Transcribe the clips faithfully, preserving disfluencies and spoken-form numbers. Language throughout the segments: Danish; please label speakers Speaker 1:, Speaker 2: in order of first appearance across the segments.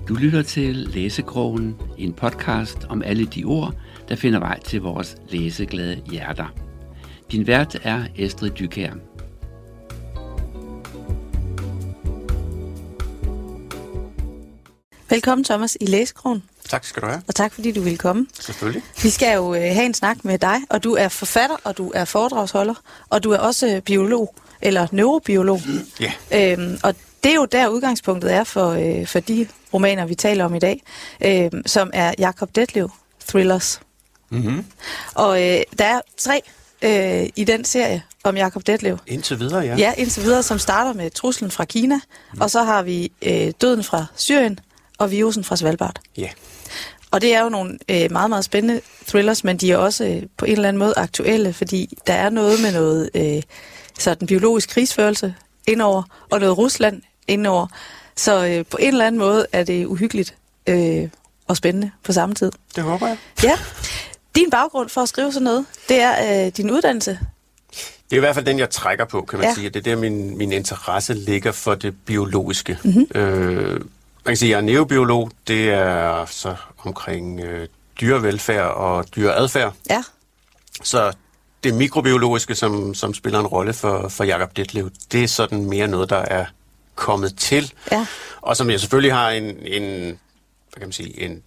Speaker 1: Du lytter til Læsekrogen, en podcast om alle de ord, der finder vej til vores læseglade hjerter. Din vært er Estrid Dykær.
Speaker 2: Velkommen, Thomas, i Læsekrogen.
Speaker 3: Tak skal du have.
Speaker 2: Og tak, fordi du ville komme.
Speaker 3: Selvfølgelig.
Speaker 2: Vi skal jo øh, have en snak med dig, og du er forfatter, og du er foredragsholder, og du er også biolog, eller neurobiolog.
Speaker 3: Ja.
Speaker 2: Øhm, og det er jo der udgangspunktet er for, øh, for de romaner, vi taler om i dag, øh, som er Jacob Detlev Thrillers.
Speaker 3: Mm-hmm.
Speaker 2: Og øh, der er tre øh, i den serie om Jacob Detlev.
Speaker 3: Indtil videre, ja.
Speaker 2: Ja, indtil videre, som starter med truslen fra Kina, mm. og så har vi øh, døden fra Syrien og virusen fra Svalbard.
Speaker 3: Ja.
Speaker 2: Og det er jo nogle øh, meget, meget spændende thrillers, men de er også øh, på en eller anden måde aktuelle, fordi der er noget med noget øh, sådan biologisk krigsførelse indover, og noget Rusland indover. Så øh, på en eller anden måde er det uhyggeligt øh, og spændende på samme tid.
Speaker 3: Det håber jeg.
Speaker 2: Ja. Din baggrund for at skrive sådan noget, det er øh, din uddannelse.
Speaker 3: Det er i hvert fald den, jeg trækker på, kan man
Speaker 2: ja.
Speaker 3: sige. Det er der, min, min interesse ligger for det biologiske.
Speaker 2: Mm-hmm.
Speaker 3: Øh, man kan sige, at jeg er neurobiolog. Det er så omkring øh, dyrevelfærd og dyreadfærd.
Speaker 2: Ja.
Speaker 3: Så det mikrobiologiske, som, som spiller en rolle for, for Jacob Detlev, det er sådan mere noget, der er kommet til.
Speaker 2: Ja.
Speaker 3: Og som jeg selvfølgelig har en, en hvad kan man sige, en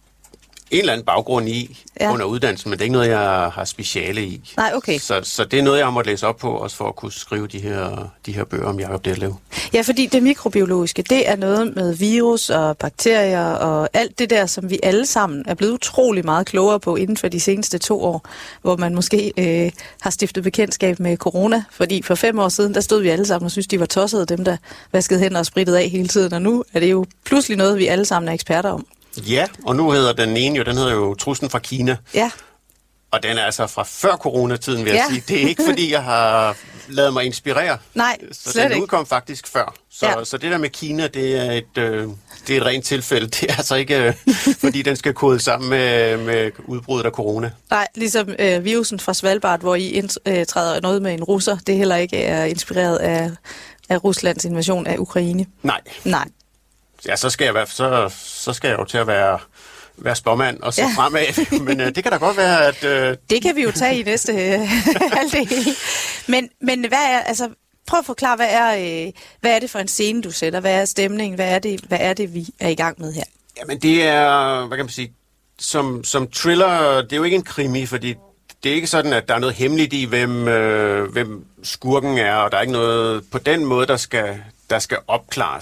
Speaker 3: en eller anden baggrund i ja. under uddannelsen, men det er ikke noget, jeg har speciale i.
Speaker 2: Nej, okay.
Speaker 3: Så, så det er noget, jeg har måttet læse op på, også for at kunne skrive de her, de her bøger om Jacob Detlev.
Speaker 2: Ja, fordi det mikrobiologiske, det er noget med virus og bakterier og alt det der, som vi alle sammen er blevet utrolig meget klogere på inden for de seneste to år, hvor man måske øh, har stiftet bekendtskab med corona, fordi for fem år siden, der stod vi alle sammen og synes de var tossede, dem der vaskede hænder og sprittede af hele tiden, og nu er det jo pludselig noget, vi alle sammen er eksperter om.
Speaker 3: Ja, og nu hedder den ene jo, den hedder jo Truslen fra Kina.
Speaker 2: Ja.
Speaker 3: Og den er altså fra før coronatiden, vil
Speaker 2: ja.
Speaker 3: jeg sige. Det er ikke, fordi jeg har lavet mig inspirere.
Speaker 2: Nej,
Speaker 3: så
Speaker 2: slet
Speaker 3: den
Speaker 2: ikke.
Speaker 3: udkom faktisk før. Så,
Speaker 2: ja.
Speaker 3: så det der med Kina, det er et, øh, det er et rent tilfælde. Det er altså ikke, øh, fordi den skal kode sammen med, med udbruddet af corona.
Speaker 2: Nej, ligesom øh, virusen fra Svalbard, hvor I indtræder noget med en russer, det heller ikke er inspireret af, af Ruslands invasion af Ukraine.
Speaker 3: Nej.
Speaker 2: Nej.
Speaker 3: Ja, så skal jeg, være, så, så skal jeg jo til at være, være spåmand og se ja. fremad. Men øh, det kan da godt være, at... Øh...
Speaker 2: Det kan vi jo tage i næste øh, halvdel. Men, men hvad er, altså, prøv at forklare, hvad er, øh, hvad er det for en scene, du sætter? Hvad er stemningen? Hvad er det, hvad er det vi er i gang med her?
Speaker 3: Jamen, det er, hvad kan man sige, som, som thriller, det er jo ikke en krimi, fordi det er ikke sådan, at der er noget hemmeligt i, hvem, øh, hvem skurken er, og der er ikke noget på den måde, der skal... der skal opklares.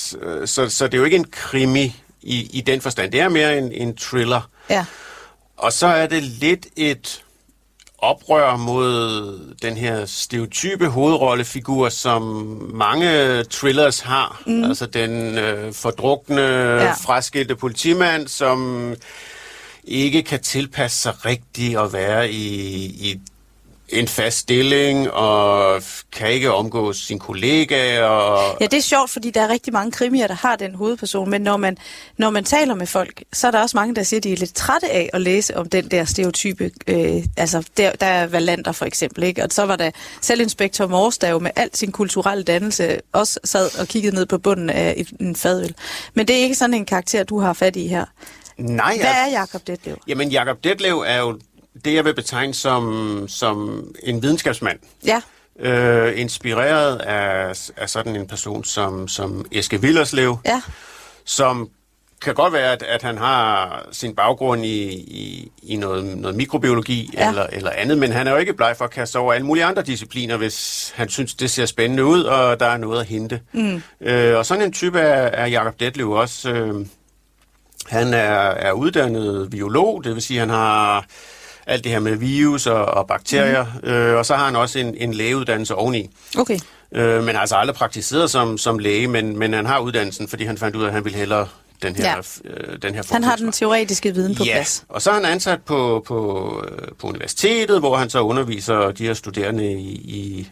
Speaker 3: Så, så det er jo ikke en krimi i, i den forstand. Det er mere en, en thriller.
Speaker 2: Ja.
Speaker 3: Og så er det lidt et oprør mod den her stereotype hovedrollefigur, som mange thrillers har. Mm. Altså den øh, fordrukne, ja. fraskilte politimand, som ikke kan tilpasse sig rigtigt og være i, i en fast stilling, og kan ikke omgås sine kollegaer. Og...
Speaker 2: Ja, det er sjovt, fordi der er rigtig mange krimier, der har den hovedperson, men når man, når man taler med folk, så er der også mange, der siger, at de er lidt trætte af at læse om den der stereotype. Øh, altså, der, der er Wallander for eksempel, ikke? Og så var der selv Inspektor Morse, der jo med al sin kulturelle dannelse også sad og kiggede ned på bunden af et, en fadøl. Men det er ikke sådan en karakter, du har fat i her.
Speaker 3: Nej.
Speaker 2: Hvad er Jacob Detlev?
Speaker 3: Jamen, Jacob Detlev er jo det, jeg vil betegne som, som en videnskabsmand.
Speaker 2: Ja.
Speaker 3: Øh, inspireret af, af sådan en person som, som Eske Willerslev,
Speaker 2: ja.
Speaker 3: som kan godt være, at, at han har sin baggrund i, i, i noget, noget mikrobiologi ja. eller, eller andet, men han er jo ikke bleg for at kaste over alle mulige andre discipliner, hvis han synes, det ser spændende ud, og der er noget at hente. Mm. Øh, og sådan en type er, er Jacob Detlev også. Øh, han er, er uddannet biolog, det vil sige, han har alt det her med virus og, og bakterier, mm. øh, og så har han også en, en lægeuddannelse oveni.
Speaker 2: Okay.
Speaker 3: Øh, men har altså aldrig praktiseret som, som læge, men, men han har uddannelsen, fordi han fandt ud af, at han ville hellere den her, ja. øh, den her
Speaker 2: Han har den teoretiske viden på
Speaker 3: ja.
Speaker 2: plads.
Speaker 3: Og så er han ansat på, på, på universitetet, hvor han så underviser de her studerende i, i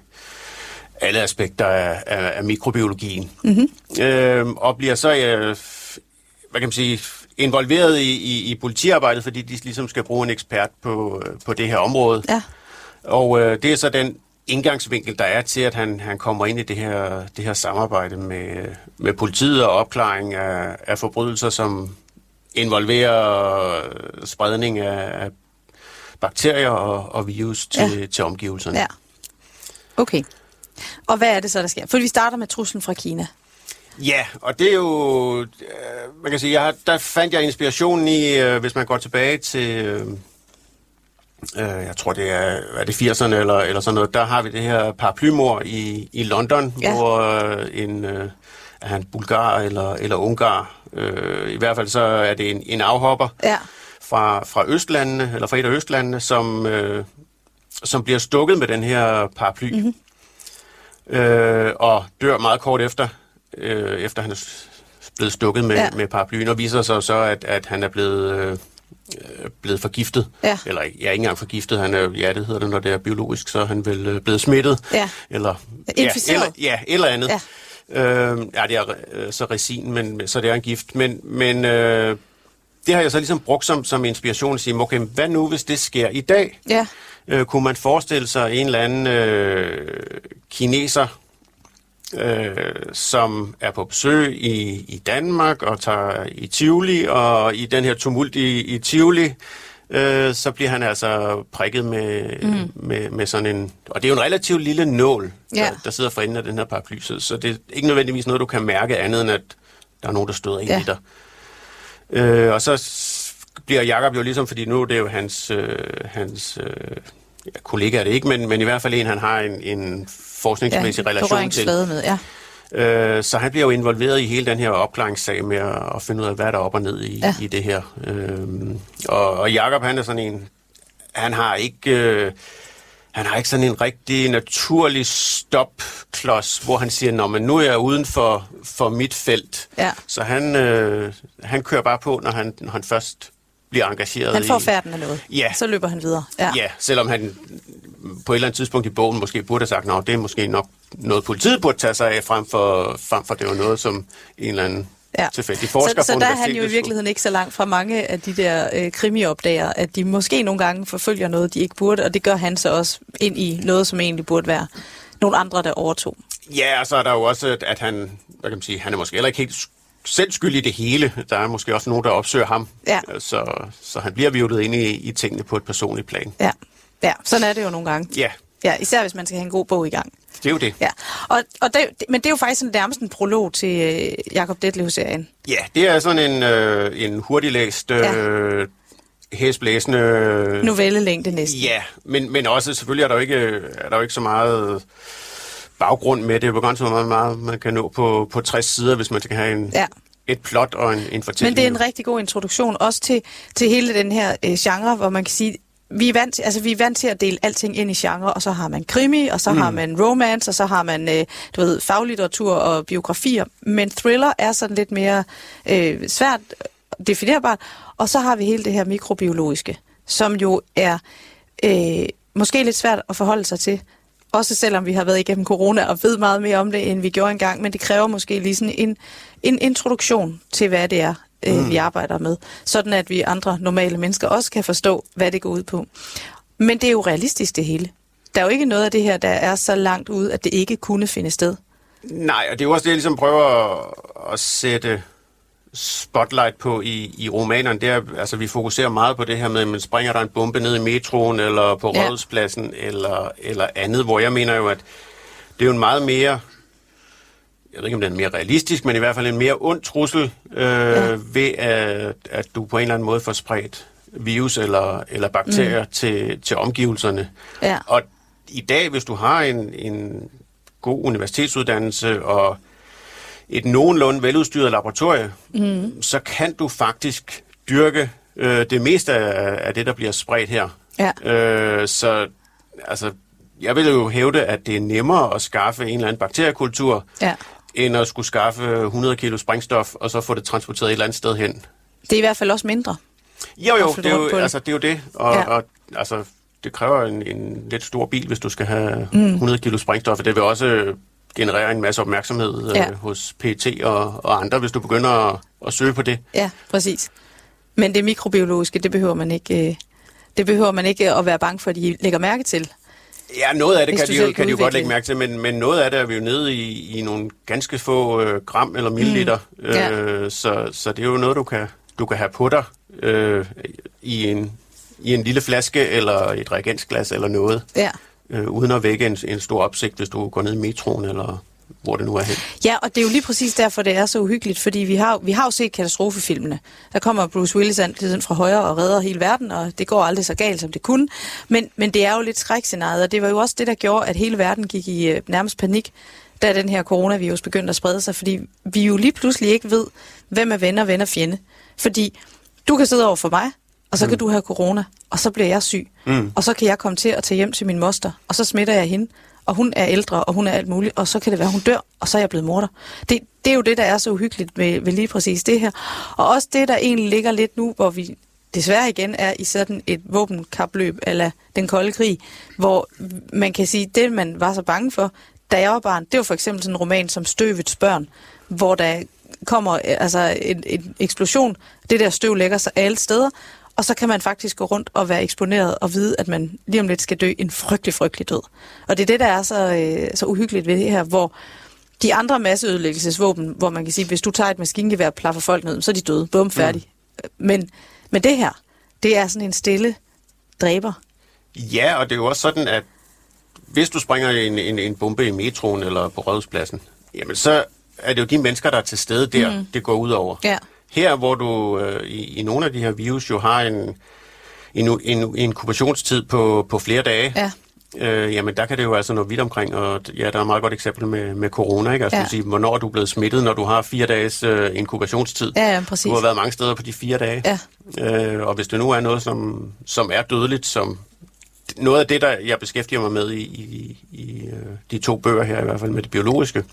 Speaker 3: alle aspekter af, af, af mikrobiologien. Mm-hmm. Øh, og bliver så, øh, hvad kan man sige, involveret i, i, i politiarbejdet, fordi de ligesom skal bruge en ekspert på, på det her område.
Speaker 2: Ja.
Speaker 3: Og øh, det er så den indgangsvinkel, der er til, at han, han kommer ind i det her, det her samarbejde med, med politiet og opklaring af, af forbrydelser, som involverer spredning af bakterier og, og virus til, ja. til omgivelserne.
Speaker 2: Ja. Okay. Og hvad er det så, der sker? For vi starter med truslen fra Kina.
Speaker 3: Ja, og det er jo, øh, man kan sige, jeg har, der fandt jeg inspirationen i, øh, hvis man går tilbage til, øh, jeg tror det er, er det firserne eller, eller sådan noget, der har vi det her paraplymord i, i London, ja. hvor øh, en, øh, er han bulgar eller, eller ungar, øh, i hvert fald så er det en, en afhopper ja. fra, fra Østlandene, eller fra et af Østlandene, som, øh, som bliver stukket med den her paraply, mm-hmm. øh, og dør meget kort efter, øh, efter han er blevet stukket med, ja. med paraplyen, og viser sig så, at, at han er blevet, øh, blevet forgiftet. Ja. Eller ja, ikke engang forgiftet, han er, ja, det hedder det, når det er biologisk, så er han vel øh, blevet smittet. Ja. Eller,
Speaker 2: inficeret.
Speaker 3: Ja, eller, ja, eller andet. Ja. Øh, ja, det er øh, så resin, men så det er en gift. Men, men øh, det har jeg så ligesom brugt som, som inspiration at sige, okay, hvad nu, hvis det sker i dag? Ja. Øh, kunne man forestille sig en eller anden øh, kineser, øh, som er på besøg i, i Danmark og tager i Tivoli, og i den her tumult i, i Tivoli, øh, så bliver han altså prikket med, mm. med, med sådan en... Og det er jo en relativt lille nål, ja. der, der sidder for enden af den her paraply, så det er ikke nødvendigvis noget, du kan mærke andet, end at der er nogen, der støder ind ja. i dig. Øh, og så bliver Jakob jo ligesom, fordi nu er det jo hans, øh, hans øh, ja, kollega er det ikke, men, men i hvert fald en, han har en, en forskningsmæssig ja, relation til.
Speaker 2: Med, ja.
Speaker 3: øh, så han bliver jo involveret i hele den her opklaringssag med at, at finde ud af, hvad der er op og ned i, ja. i det her. Øh, og, og Jakob, han er sådan en, han har ikke... Øh, Han har ikke sådan en rigtig naturlig stopklods, hvor han siger, nå, men nu er jeg uden for, for mit felt. Ja. Så han, øh, han kører bare på, når han, når han først bliver engageret.
Speaker 2: Han får færden af noget, ja. Så løber han videre.
Speaker 3: Ja. ja, selvom han på et eller andet tidspunkt i bogen måske burde have sagt, nå, det er måske nok noget, politiet burde tage sig af, frem for, frem for det var noget, som en eller anden... Ja. Så,
Speaker 2: så der er han jo i virkeligheden ikke så langt fra mange af de der øh, krimiopdager, at de måske nogle gange forfølger noget, de ikke burde, og det gør han så også ind i noget, som egentlig burde være nogle andre, der overtog.
Speaker 3: Ja, og så er der jo også, at han, hvad kan man sige, han er måske heller ikke helt selv skyld i det hele. Der er måske også nogen, der opsøger ham, ja. så, så han bliver virvlet ind i, i tingene på et personligt plan.
Speaker 2: Ja. ja, sådan er det jo nogle gange.
Speaker 3: Ja.
Speaker 2: Ja, især hvis man skal have en god bog i gang.
Speaker 3: Det er jo det.
Speaker 2: Ja. Og, og det, men det er jo faktisk en, nærmest en prolog til øh, Jakob Detlev-serien.
Speaker 3: Ja, det er sådan en, øh, en hurtiglæst, øh, ja. hæsblæsende... Øh,
Speaker 2: novellelængde næsten.
Speaker 3: Ja, men, men også selvfølgelig er der jo ikke, er der jo ikke så meget baggrund med det. Det er begrænset, hvor meget man kan nå på, på tres sider, hvis man skal have en... Ja. Et plot og en, en fortælling.
Speaker 2: Men det er en rigtig god introduktion, også til, til hele den her øh, genre, hvor man kan sige... Vi er, vant, altså, vi er vant til at dele alting ind i genre, og så har man krimi, og så mm. har man romance, og så har man øh, du ved, faglitteratur og biografier. Men thriller er sådan lidt mere øh, svært definerbart. Og så har vi hele det her mikrobiologiske, som jo er øh, måske lidt svært at forholde sig til. Også selvom vi har været igennem corona og ved meget mere om det, end vi gjorde engang. Men det kræver måske lige sådan en, en introduktion til, hvad det er, Mm. vi arbejder med, sådan at vi andre normale mennesker også kan forstå, hvad det går ud på. Men det er jo realistisk det hele. Der er jo ikke noget af det her, der er så langt ude, at det ikke kunne finde sted.
Speaker 3: Nej, og det er jo også det, jeg ligesom prøver at, at sætte spotlight på i, i romanerne. Det er, altså, vi fokuserer meget på det her med, at man springer der en bombe ned i metroen, eller på ja. Rådhuspladsen, eller, eller andet, hvor jeg mener jo, at det er jo en meget mere... Jeg ved ikke, om den er mere realistisk, men i hvert fald en mere ond trussel, øh, ja. ved at, at du på en eller anden måde får spredt virus eller, eller bakterier mm. til, til omgivelserne. Ja. Og i dag, hvis du har en, en god universitetsuddannelse og et nogenlunde veludstyret laboratorie, mm. så kan du faktisk dyrke øh, det meste af, af det, der bliver spredt her. Ja. Øh, så altså, jeg vil jo hævde, at det er nemmere at skaffe en eller anden bakteriekultur, ja. end at skulle skaffe hundrede kilo sprængstof, og så få det transporteret et eller andet sted hen.
Speaker 2: Det er i hvert fald også mindre.
Speaker 3: Jo, jo, det er jo, altså, det er jo det. Og, ja. og altså, det kræver en, en lidt stor bil, hvis du skal have mm. hundrede kilo sprængstof. Det vil også generere en masse opmærksomhed ja. øh, hos P E T og, og andre, hvis du begynder at, at søge på det.
Speaker 2: Ja, præcis. Men det mikrobiologiske, det behøver man ikke, det behøver man ikke at være bange for, at de lægger mærke til.
Speaker 3: Ja, noget af det kan de, jo, kan de jo godt lægge mærke til, men, men noget af det er vi jo nede i, i nogle ganske få øh, gram eller milliliter. Mm. Øh, ja. så, så det er jo noget, du kan, du kan have på dig øh, i, en, i en lille flaske eller et reagensglas eller noget, ja. øh, uden at vække en, en stor opsigt, hvis du går ned i metroen eller hvor det nu er hen.
Speaker 2: Ja, og det er jo lige præcis derfor, det er så uhyggeligt, fordi vi har, vi har jo set katastrofefilmene. Der kommer Bruce Willis altid fra højre og redder hele verden, og det går aldrig så galt, som det kunne. Men, men det er jo lidt skrækscenariet, og det var jo også det, der gjorde, at hele verden gik i øh, nærmest panik, da den her coronavirus begyndte at sprede sig, fordi vi jo lige pludselig ikke ved, hvem er venner, ven og fjende. Fordi du kan sidde over for mig, og så mm. kan du have corona, og så bliver jeg syg. Mm. Og så kan jeg komme til at tage hjem til min moster, og så smitter jeg hende. Og hun er ældre, og hun er alt muligt, og så kan det være, hun dør, og så er jeg blevet morder. Det, det er jo det, der er så uhyggeligt med, med lige præcis det her. Og også det, der egentlig ligger lidt nu, hvor vi desværre igen er i sådan et våbenkapløb, eller den kolde krig, hvor man kan sige, det man var så bange for, da jeg var barn, det var for eksempel sådan en roman som Støvets børn, hvor der kommer altså en, en eksplosion, det der støv lægger sig alle steder, og så kan man faktisk gå rundt og være eksponeret og vide, at man lige om lidt skal dø en frygtelig, frygtelig død. Og det er det, der er så, øh, så uhyggeligt ved det her, hvor de andre masseødelæggelsesvåben, hvor man kan sige, hvis du tager et maskingevær og plaffer folk ned, så er de døde. Bum, færdig. Mm. Men, men det her, det er sådan en stille dræber.
Speaker 3: Ja, og det er jo også sådan, at hvis du springer en, en, en bombe i metroen eller på Rådhuspladsen, jamen så er det jo de mennesker, der er til stede der, mm. det går ud over. Ja. Her, hvor du øh, i, i nogle af de her virus jo har en, en, en inkubationstid på, på flere dage, ja. øh, jamen der kan det jo altså nå vidt omkring, og ja, der er et meget godt eksempel med, med corona, ikke? Altså, ja. sige, hvornår er du blevet smittet, når du har fire dages øh, inkubationstid?
Speaker 2: Ja, ja, præcis.
Speaker 3: Du har været mange steder på de fire dage, ja. øh, og hvis det nu er noget, som, som er dødeligt, som noget af det, der jeg beskæftiger mig med i, i, i de to bøger her, i hvert fald med det biologiske,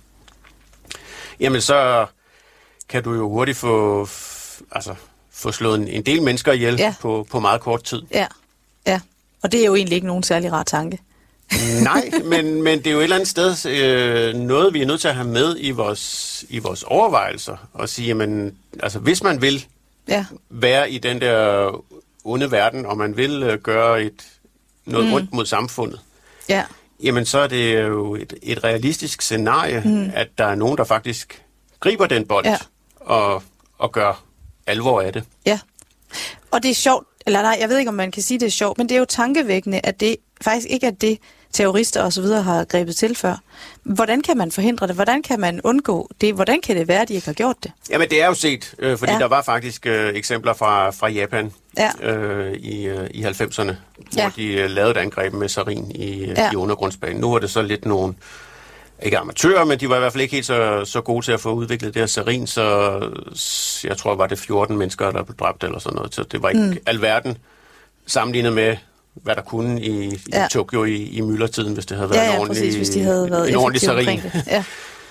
Speaker 3: jamen så kan du jo hurtigt få, altså, få slået en, en del mennesker ihjel ja. på, på meget kort tid.
Speaker 2: Ja, ja. Og det er jo egentlig ikke nogen særlig rar tanke.
Speaker 3: Nej, men, men det er jo et eller andet sted øh, noget, vi er nødt til at have med i vores, i vores overvejelser. Og sige, jamen, altså, hvis man vil ja. være i den der onde verden, og man vil øh, gøre et, noget mm. rundt mod samfundet, ja. jamen så er det jo et, et realistisk scenarie, mm. at der er nogen, der faktisk griber den bold. Ja. Og, og gør alvor af det.
Speaker 2: Ja, og det er sjovt, eller nej, jeg ved ikke, om man kan sige, det er sjovt, men det er jo tankevækkende, at det faktisk ikke er det, terrorister og så videre har grebet til før. Hvordan kan man forhindre det? Hvordan kan man undgå det? Hvordan kan det være, at de ikke har gjort det?
Speaker 3: Jamen, det er jo set, øh, fordi ja. der var faktisk øh, eksempler fra, fra Japan ja. øh, i, øh, i halvfemserne, ja. hvor de øh, lavede et angreb med sarin i, ja. i undergrundsbanen. Nu er det så lidt nogle... ikke amatører, men de var i hvert fald ikke helt så, så gode til at få udviklet det her sarin, så jeg tror, var det fjorten mennesker, der blev dræbt eller sådan noget. Så det var ikke mm. alverden sammenlignet med, hvad der kunne i, ja. i Tokyo i, i myldretiden, hvis det havde været
Speaker 2: ja, ja,
Speaker 3: en ordentlig,
Speaker 2: præcis, hvis de havde været
Speaker 3: en ordentlig sarin.
Speaker 2: Ja.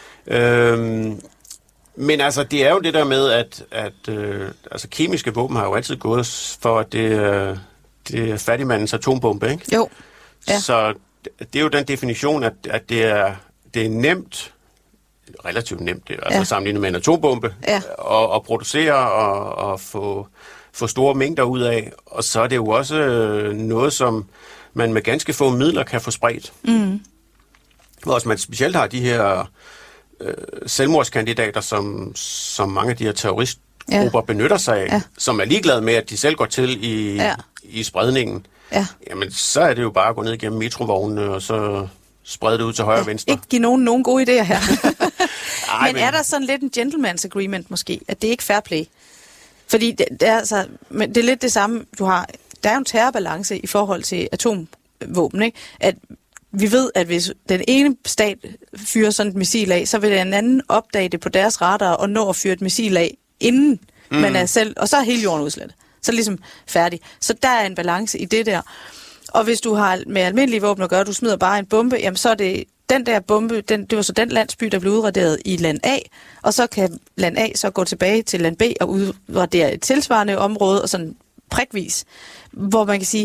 Speaker 3: øhm, men altså, det er jo det der med, at, at øh, altså, kemiske våben har jo altid gået for, at det, øh, det er fattigmandens atombombe, ikke?
Speaker 2: Jo. Ja.
Speaker 3: Så det er jo den definition, at, at det er det er nemt, relativt nemt, det, altså ja. sammenlignet med en atombombe, ja. at, at producere og, og få, få store mængder ud af. Og så er det jo også noget, som man med ganske få midler kan få spredt. Mm. Hvor man specielt har de her øh, selvmordskandidater, som, som mange af de her terroristgrupper ja. benytter sig af, ja. som er ligeglade med, at de selv går til i, ja. i spredningen. Ja. Jamen, så er det jo bare at gå ned igennem metrovognene, og så sprede det ud til højre ja, og venstre. Ikke
Speaker 2: give nogen nogen gode idéer her. Ej, men, men er der sådan lidt en gentleman's agreement måske, at det er ikke fair play? Fordi det, det, er, altså, men det er lidt det samme, du har. Der er jo en terrorbalance i forhold til atomvåben, ikke? At vi ved, at hvis den ene stat fyrer sådan et missil af, så vil den anden opdage det på deres radar og nå at fyre et missil af, inden mm. man er selv, og så er hele jorden udslettet. Så er det ligesom færdig. Så der er en balance i det der. Og hvis du har med almindelige våben at gøre, du smider bare en bombe, jamen så er det den der bombe, den, det var så den landsby, der blev udraderet i land A, og så kan land A så gå tilbage til land B og udradere et tilsvarende område, og sådan prikvis, hvor man kan sige,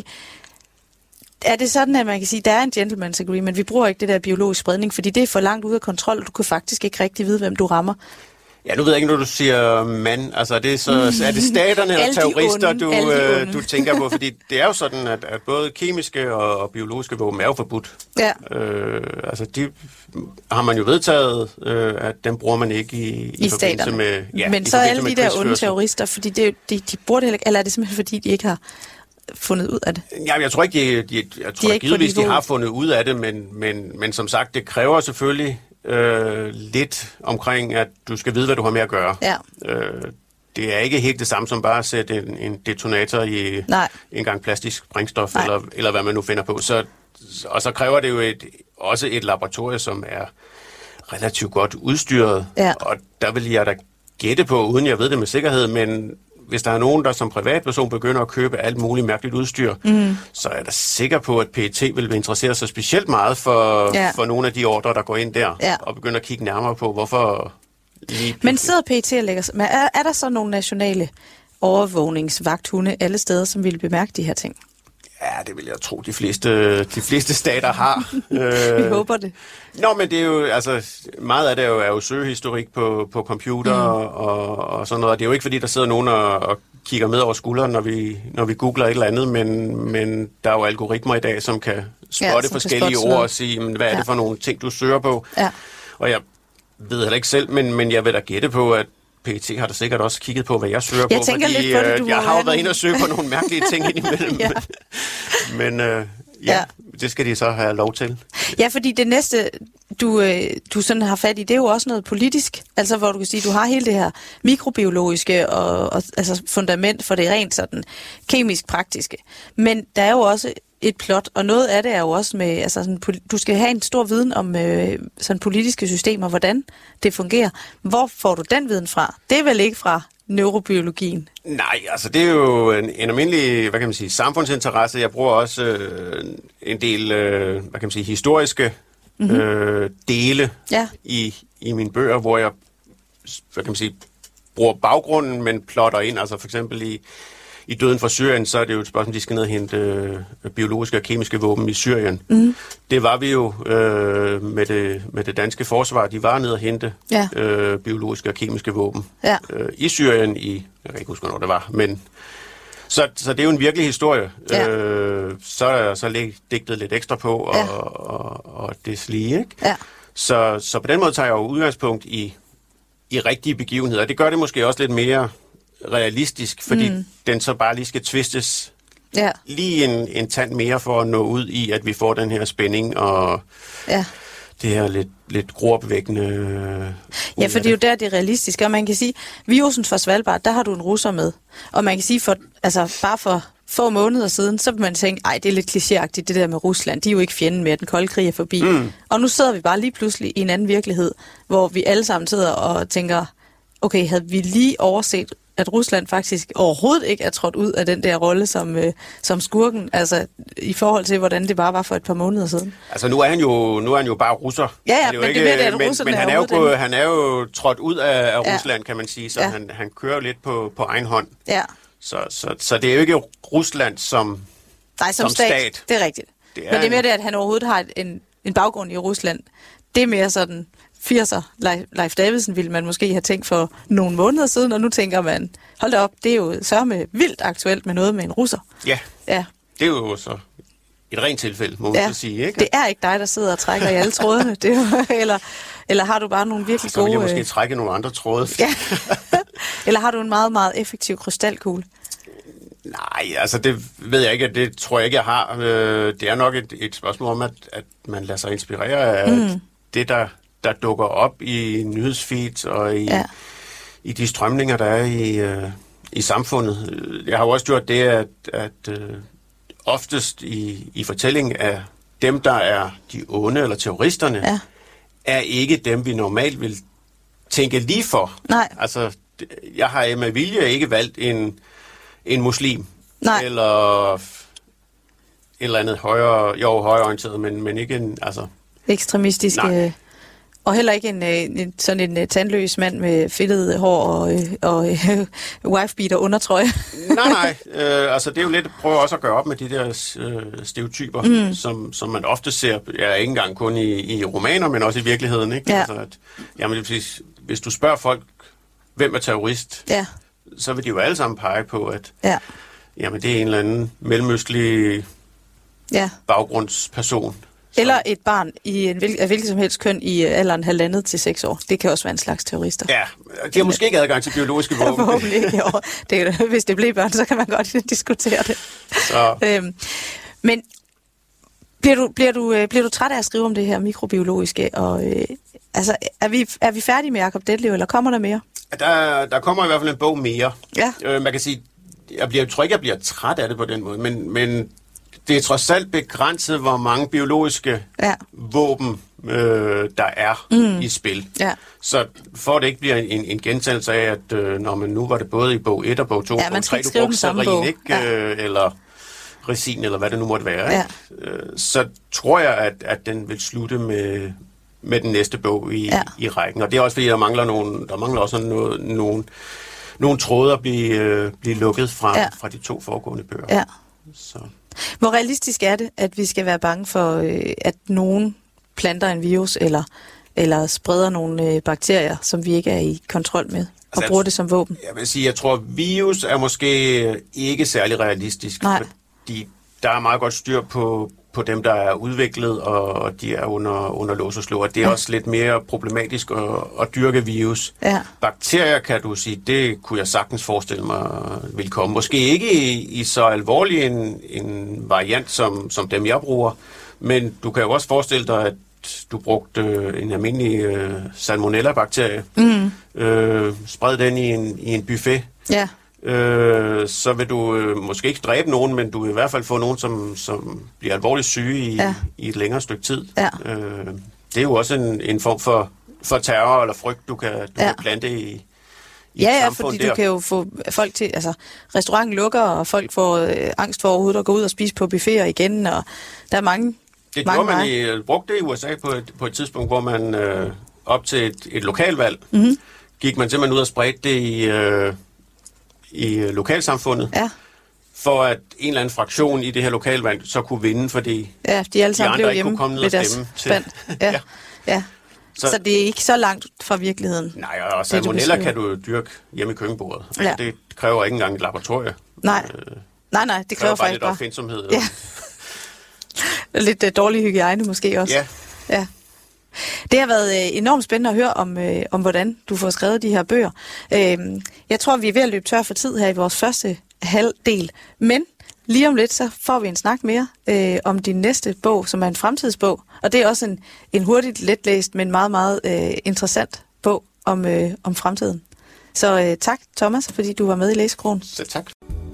Speaker 2: er det sådan, at man kan sige, der er en gentleman's agreement, vi bruger ikke det der biologisk spredning, fordi det er for langt ude af kontrol, og du kan faktisk ikke rigtig vide, hvem du rammer.
Speaker 3: Ja, nu ved jeg ikke, når du siger mand. Altså, er det, så, er det staterne eller terrorister, du, øh, du tænker på? Fordi det er jo sådan, at, at både kemiske og, og biologiske våben er jo forbudt.
Speaker 2: Ja.
Speaker 3: Øh, altså, de har man jo vedtaget, øh, at dem bruger man ikke i, i,
Speaker 2: I
Speaker 3: forbindelse med... Ja,
Speaker 2: men så alle de der onde terrorister, fordi det, de, de burde heller ikke... Eller er det simpelthen, fordi de ikke har fundet ud af det?
Speaker 3: Ja, jeg tror ikke, de, de, jeg tror de givetvis, de har fundet ud af det, men, men, men som sagt, det kræver selvfølgelig øh, lidt omkring, at du skal vide, hvad du har med at gøre.
Speaker 2: Ja.
Speaker 3: Øh, det er ikke helt det samme som bare at sætte en, en detonator i Nej. en gang plastisk sprængstof, eller, eller hvad man nu finder på. Så, og så kræver det jo et, også et laboratorium, som er relativt godt udstyret,
Speaker 2: ja.
Speaker 3: og der vil jeg da gætte på, uden jeg ved det med sikkerhed, men hvis der er nogen, der som privatperson begynder at købe alt muligt mærkeligt udstyr, mm. så er jeg da sikker på, at P E T vil interessere sig specielt meget for, ja. for nogle af de ordrer, der går ind der, ja. og begynder at kigge nærmere på, hvorfor lige...
Speaker 2: Men sidder P E T og lægger sig... Men er, er der så nogle nationale overvågningsvagthunde alle steder, som vil bemærke de her ting?
Speaker 3: Ja, det vil jeg tro, de fleste, de fleste stater har.
Speaker 2: Vi håber det.
Speaker 3: Nå, men det er jo, altså, meget af det er jo, er jo søgehistorik på, på computer mm. og, og sådan noget. Det er jo ikke, fordi der sidder nogen og, og kigger med over skulderen, når vi, når vi googler et eller andet, men, men der er jo algoritmer i dag, som kan spotte ja, som forskellige kan spotte ord og sige, men, hvad er ja. det for nogle ting, du søger på?
Speaker 2: Ja.
Speaker 3: Og jeg ved heller ikke selv, men, men jeg vil da gætte på, at P E T har da sikkert også kigget på, hvad jeg søger
Speaker 2: jeg
Speaker 3: på, fordi
Speaker 2: lidt på det,
Speaker 3: jeg har jo været inde og søge på nogle mærkelige ting indimellem. ja. Men øh, ja, ja, det skal de så have lov til.
Speaker 2: Ja, fordi det næste, du, øh, du sådan har fat i, det er jo også noget politisk. Altså, hvor du kan sige, du har hele det her mikrobiologiske og, og altså fundament for det rent sådan kemisk-praktiske. Men der er jo også et plot, og noget af det er jo også med, altså sådan, du skal have en stor viden om øh, sådan politiske systemer, hvordan det fungerer. Hvor får du den viden fra? Det er vel ikke fra neurobiologien?
Speaker 3: Nej, altså det er jo en, en almindelig, hvad kan man sige, samfundsinteresse. Jeg bruger også øh, en del, øh, hvad kan man sige, historiske mm-hmm. øh, dele ja. i, i mine bøger, hvor jeg, hvad kan man sige, bruger baggrunden, men plotter ind. Altså for eksempel i I Døden fra Syrien, så er det jo et spørgsmål, de skal ned og hente øh, biologiske og kemiske våben i Syrien. Mm. Det var vi jo øh, med, det, med det danske forsvar. De var nede og hente ja. øh, biologiske og kemiske våben ja. øh, i Syrien i, jeg kan ikke huske, hvornår det var, men så, så det er jo en virkelig historie. Ja. Øh, så er der så digtet lidt ekstra på, og, ja. og, og, og det slige, ikke? Ja. Så, så på den måde tager jeg jo udgangspunkt i, i rigtige begivenheder. Det gør det måske også lidt mere realistisk, fordi mm. den så bare lige skal twistes ja. lige en, en tand mere for at nå ud i, at vi får den her spænding og ja. det her lidt, lidt gruopvækkende.
Speaker 2: Ja, for det er jo der, det er realistisk. Og man kan sige, virusen fra Svalbard, der har du en russer med. Og man kan sige, for, altså bare for få måneder siden, så vil man tænke, ej, det er lidt klichéagtigt, det der med Rusland. De er jo ikke fjenden mere, den kolde krig er forbi. Mm. Og nu sidder vi bare lige pludselig i en anden virkelighed, hvor vi alle sammen sidder og tænker, okay, havde vi lige overset, at Rusland faktisk overhovedet ikke er trådt ud af den der rolle som, øh, som skurken, altså i forhold til, hvordan det bare var for et par måneder siden.
Speaker 3: Altså nu er han jo, nu er han jo bare russer.
Speaker 2: Ja, ja, men ikke, det ved det, at
Speaker 3: men, men han, er jo, han er jo trådt ud af, af ja. Rusland, kan man sige, så ja. han, han kører lidt på, på egen hånd.
Speaker 2: Ja.
Speaker 3: Så, så, så det er jo ikke Rusland som,
Speaker 2: Nej, som, som stat. stat. Det er rigtigt. Det er men det er mere det, at han overhovedet har en, en baggrund i Rusland. Det er mere sådan firser. Leif Davidsen ville man måske have tænkt for nogle måneder siden, og nu tænker man, hold da op, det er jo sørme vildt aktuelt med noget med en russer.
Speaker 3: Ja, ja. Det er jo så et rent tilfælde, må man ja. så sige, ikke?
Speaker 2: Det er ikke dig, der sidder og trækker i alle trådene, det er jo, eller, eller har du bare nogle virkelig
Speaker 3: så gode... Så vil jeg
Speaker 2: måske
Speaker 3: øh... trække nogle andre tråde.
Speaker 2: Ja. Eller har du en meget, meget effektiv krystalkugle?
Speaker 3: Nej, altså det ved jeg ikke, det tror jeg ikke, jeg har. Det er nok et, et spørgsmål om, at, at man lader sig inspirere af mm. det, der... der dukker op i nyhedsfeeds og i, ja. i de strømninger, der er i, øh, i samfundet. Jeg har jo også gjort det, at, at øh, oftest i, i fortællingen af dem, der er de onde eller terroristerne, ja. er ikke dem, vi normalt vil tænke lige for.
Speaker 2: Nej.
Speaker 3: Altså, jeg har med vilje ikke valgt en, en muslim.
Speaker 2: Nej.
Speaker 3: Eller et eller andet højere, jo højreorienteret, men, men ikke en, altså...
Speaker 2: ekstremistiske... Nej. Og heller ikke en, en sådan en tandløs mand med fedtet hår og, og øh, wifebeater undertrøje.
Speaker 3: nej, nej. Øh, altså det er jo lidt, prøver også at gøre op med de der øh, stereotyper, mm. som, som man ofte ser, ja, ikke engang kun i, i romaner, men også i virkeligheden. Ikke?
Speaker 2: Ja.
Speaker 3: Altså, at, jamen, hvis, hvis du spørger folk hvem er terrorist,
Speaker 2: ja.
Speaker 3: så vil de jo alle sammen pege på, at
Speaker 2: ja.
Speaker 3: jamen, det er en eller anden mellemøstlig
Speaker 2: ja.
Speaker 3: baggrundsperson.
Speaker 2: Eller et barn i en hvil- af hvilket som helst køn i alderen halvandet til seks år. Det kan også være en slags terrorister.
Speaker 3: Ja, de har måske ikke adgang til biologiske våben.
Speaker 2: Forhåbentlig ikke, jo. Det, hvis det bliver børn, så kan man godt diskutere det.
Speaker 3: Så.
Speaker 2: Øhm, men bliver du, bliver, du, bliver du træt af at skrive om det her mikrobiologiske? Og, øh, altså, er vi, er vi færdige med Jacob Detlev, eller kommer der mere?
Speaker 3: Der, der kommer i hvert fald en bog mere.
Speaker 2: Ja.
Speaker 3: Øh, man kan sige, jeg, bliver, jeg tror ikke, jeg bliver træt af det på den måde, men, men det er trods alt begrænset, hvor mange biologiske ja. våben, øh, der er mm. i spil.
Speaker 2: Ja.
Speaker 3: Så for det ikke bliver en, en gentagelse af, at øh, når man nu var det både i bog et og bog to,
Speaker 2: ja,
Speaker 3: bog tre, du brugte sarin, ikke? Ja. Øh, eller resin, eller hvad det nu måtte være. Ja. Øh, så tror jeg, at, at den vil slutte med, med den næste bog i, ja. i rækken. Og det er også fordi, der mangler, nogle, der mangler også noget, nogle, nogle tråde at blive, øh, blive lukket fra, ja. fra de to foregående bøger.
Speaker 2: Ja.
Speaker 3: Så.
Speaker 2: Hvor realistisk er det, at vi skal være bange for, øh, at nogen planter en virus, eller, eller spreder nogle øh, bakterier, som vi ikke er i kontrol med, og altså, bruger det som våben?
Speaker 3: Jeg vil sige, jeg tror, virus er måske ikke særlig realistisk,
Speaker 2: Nej.
Speaker 3: fordi der er meget godt styr på, på dem, der er udviklet, og de er under, under lås og slå. Og det er ja. også lidt mere problematisk at, at dyrke virus.
Speaker 2: Ja.
Speaker 3: Bakterier, kan du sige, det kunne jeg sagtens forestille mig vil komme. Måske ikke i, i så alvorlig en, en variant, som, som dem jeg bruger, men du kan jo også forestille dig, at du brugte en almindelig øh, salmonella-bakterie, mm. øh, spred den i en, i en buffet. Ja. Øh, så vil du øh, måske ikke dræbe nogen, men du vil i hvert fald få nogen, som, som bliver alvorligt syge i, ja. i et længere stykke tid. Ja. Øh, det er jo også en, en form for, for terror eller frygt, du kan, du ja. kan plante i, i
Speaker 2: ja, ja, fordi der. Du kan jo få folk til, altså restauranten lukker, og folk får øh, angst for overhovedet at gå ud og spise på buffeter igen, og der er mange.
Speaker 3: Det gjorde man i, brugte det i U S A på et, på et tidspunkt, hvor man øh, op til et, et lokalvalg, mm-hmm. gik man simpelthen ud og spredte det i... Øh, i lokalsamfundet, ja. for at en eller anden fraktion i det her lokalvalg så kunne vinde, fordi
Speaker 2: ja, de, alle
Speaker 3: de andre
Speaker 2: blev
Speaker 3: ikke kunne komme ned og stemme til.
Speaker 2: Ja. ja. ja. Så, så det er ikke så langt fra virkeligheden.
Speaker 3: Nej, og salmonella kan du dyrke hjemme i køkkenbordet. Ja. Altså, det kræver ikke engang et laboratorie.
Speaker 2: Nej, øh, nej, nej, det kræver, kræver faktisk bare...
Speaker 3: lidt opfindsomhed.
Speaker 2: Ja. lidt uh, dårlig hygiejne måske også.
Speaker 3: Ja.
Speaker 2: Ja. Det har været øh, enormt spændende at høre om, øh, om, hvordan du får skrevet de her bøger. Øh, jeg tror, vi er ved at løbe tør for tid her i vores første halvdel. Men lige om lidt, så får vi en snak mere øh, om din næste bog, som er en fremtidsbog. Og det er også en, en hurtigt letlæst, men meget, meget øh, interessant bog om, øh, om fremtiden. Så øh, tak, Thomas, fordi du var med i Læsekrogen.
Speaker 3: Så tak.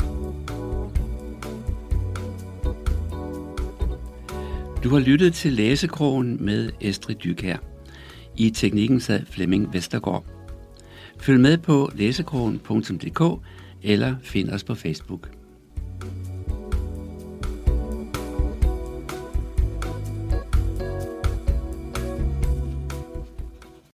Speaker 1: Du har lyttet til Læsekrogen med Estrid Dykær. I teknikken sad Flemming Vestergaard. Følg med på læsekrogen punktum d k eller find os på Facebook.